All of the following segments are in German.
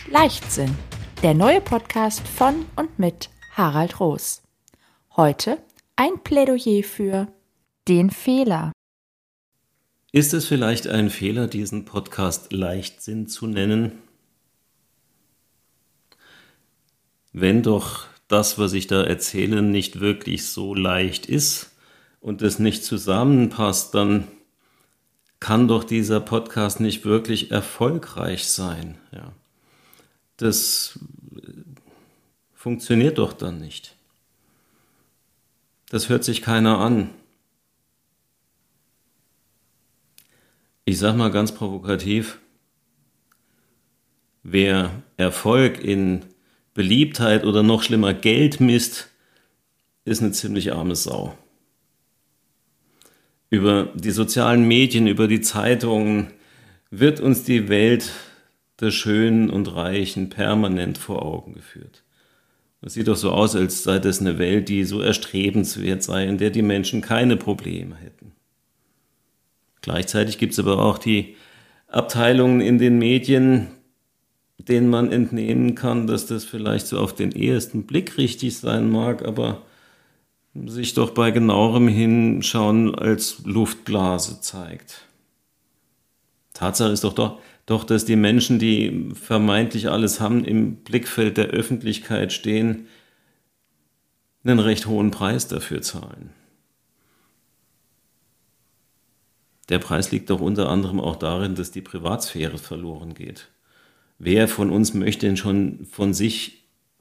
Leichtsinn, der neue Podcast von und mit Harald Roos. Heute ein Plädoyer für den Fehler. Ist es vielleicht ein Fehler, diesen Podcast Leichtsinn zu nennen? Wenn doch das, was ich da erzähle, nicht wirklich so leicht ist und es nicht zusammenpasst, dann kann doch dieser Podcast nicht wirklich erfolgreich sein. Ja. Das funktioniert doch dann nicht. Das hört sich keiner an. Ich sage mal ganz provokativ, wer Erfolg in Beliebtheit oder noch schlimmer Geld misst, ist eine ziemlich arme Sau. Über die sozialen Medien, über die Zeitungen wird uns die Welt der Schönen und Reichen permanent vor Augen geführt. Es sieht doch so aus, als sei das eine Welt, die so erstrebenswert sei, in der die Menschen keine Probleme hätten. Gleichzeitig gibt es aber auch die Abteilungen in den Medien, denen man entnehmen kann, dass das vielleicht so auf den ersten Blick richtig sein mag, aber sich doch bei genauerem Hinschauen als Luftblase zeigt. Tatsache ist doch, dass die Menschen, die vermeintlich alles haben, im Blickfeld der Öffentlichkeit stehen, einen recht hohen Preis dafür zahlen. Der Preis liegt doch unter anderem auch darin, dass die Privatsphäre verloren geht. Wer von uns möchte denn schon von sich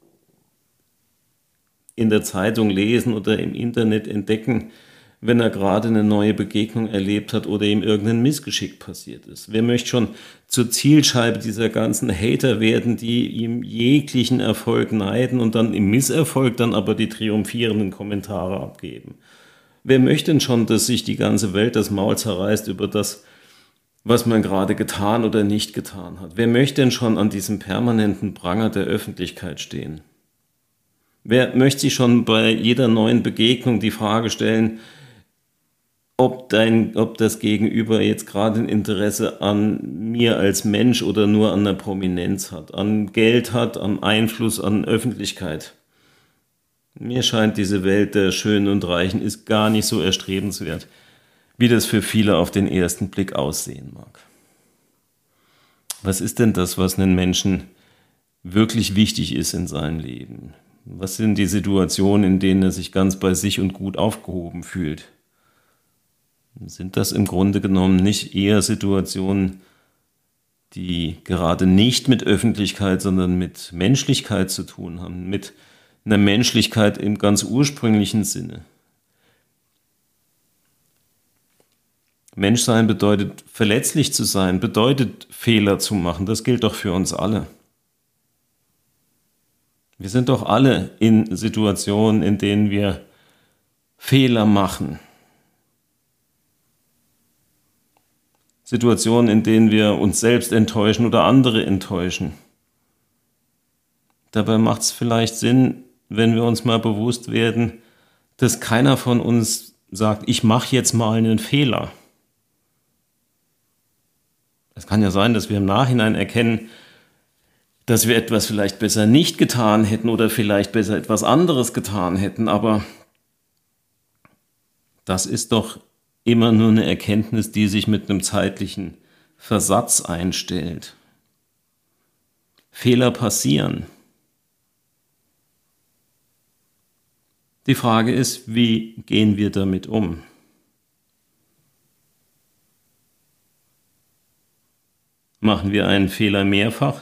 in der Zeitung lesen oder im Internet entdecken, wenn er gerade eine neue Begegnung erlebt hat oder ihm irgendein Missgeschick passiert ist? Wer möchte schon zur Zielscheibe dieser ganzen Hater werden, die ihm jeglichen Erfolg neiden und dann im Misserfolg dann aber die triumphierenden Kommentare abgeben? Wer möchte denn schon, dass sich die ganze Welt das Maul zerreißt über das, was man gerade getan oder nicht getan hat? Wer möchte denn schon an diesem permanenten Pranger der Öffentlichkeit stehen? Wer möchte sich schon bei jeder neuen Begegnung die Frage stellen, ob das Gegenüber jetzt gerade ein Interesse an mir als Mensch oder nur an der Prominenz hat, an Geld hat, an Einfluss, an Öffentlichkeit? Mir scheint, diese Welt der Schönen und Reichen ist gar nicht so erstrebenswert, wie das für viele auf den ersten Blick aussehen mag. Was ist denn das, was einem Menschen wirklich wichtig ist in seinem Leben? Was sind die Situationen, in denen er sich ganz bei sich und gut aufgehoben fühlt? Sind das im Grunde genommen nicht eher Situationen, die gerade nicht mit Öffentlichkeit, sondern mit Menschlichkeit zu tun haben, mit einer Menschlichkeit im ganz ursprünglichen Sinne? Menschsein bedeutet, verletzlich zu sein, bedeutet, Fehler zu machen. Das gilt doch für uns alle. Wir sind doch alle in Situationen, in denen wir Fehler machen. Situationen, in denen wir uns selbst enttäuschen oder andere enttäuschen. Dabei macht es vielleicht Sinn, wenn wir uns mal bewusst werden, dass keiner von uns sagt, ich mache jetzt mal einen Fehler. Es kann ja sein, dass wir im Nachhinein erkennen, dass wir etwas vielleicht besser nicht getan hätten oder vielleicht besser etwas anderes getan hätten, aber das ist doch immer nur eine Erkenntnis, die sich mit einem zeitlichen Versatz einstellt. Fehler passieren. Die Frage ist, wie gehen wir damit um? Machen wir einen Fehler mehrfach?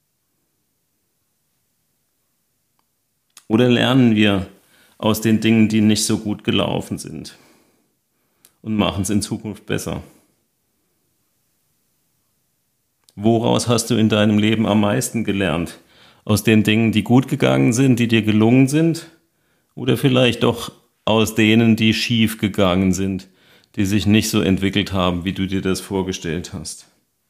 Oder lernen wir aus den Dingen, die nicht so gut gelaufen sind und machen es in Zukunft besser? Woraus hast du in deinem Leben am meisten gelernt? Aus den Dingen, die gut gegangen sind, die dir gelungen sind? Oder vielleicht doch aus denen, die schief gegangen sind, die sich nicht so entwickelt haben, wie du dir das vorgestellt hast?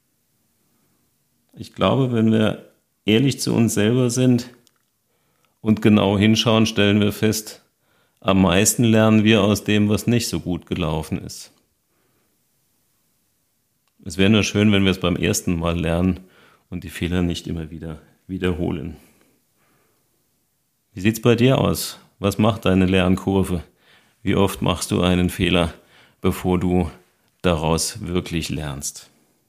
Ich glaube, wenn wir ehrlich zu uns selber sind und genau hinschauen, stellen wir fest, am meisten lernen wir aus dem, was nicht so gut gelaufen ist. Es wäre nur schön, wenn wir es beim ersten Mal lernen und die Fehler nicht immer wieder wiederholen. Wie sieht's bei dir aus? Was macht deine Lernkurve? Wie oft machst du einen Fehler, bevor du daraus wirklich lernst?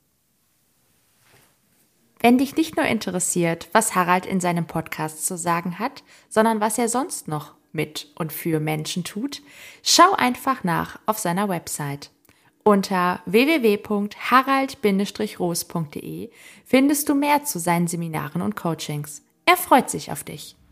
Wenn dich nicht nur interessiert, was Harald in seinem Podcast zu sagen hat, sondern was er sonst noch mit und für Menschen tut, schau einfach nach auf seiner Website. Unter www.harald-roos.de findest du mehr zu seinen Seminaren und Coachings. Er freut sich auf dich.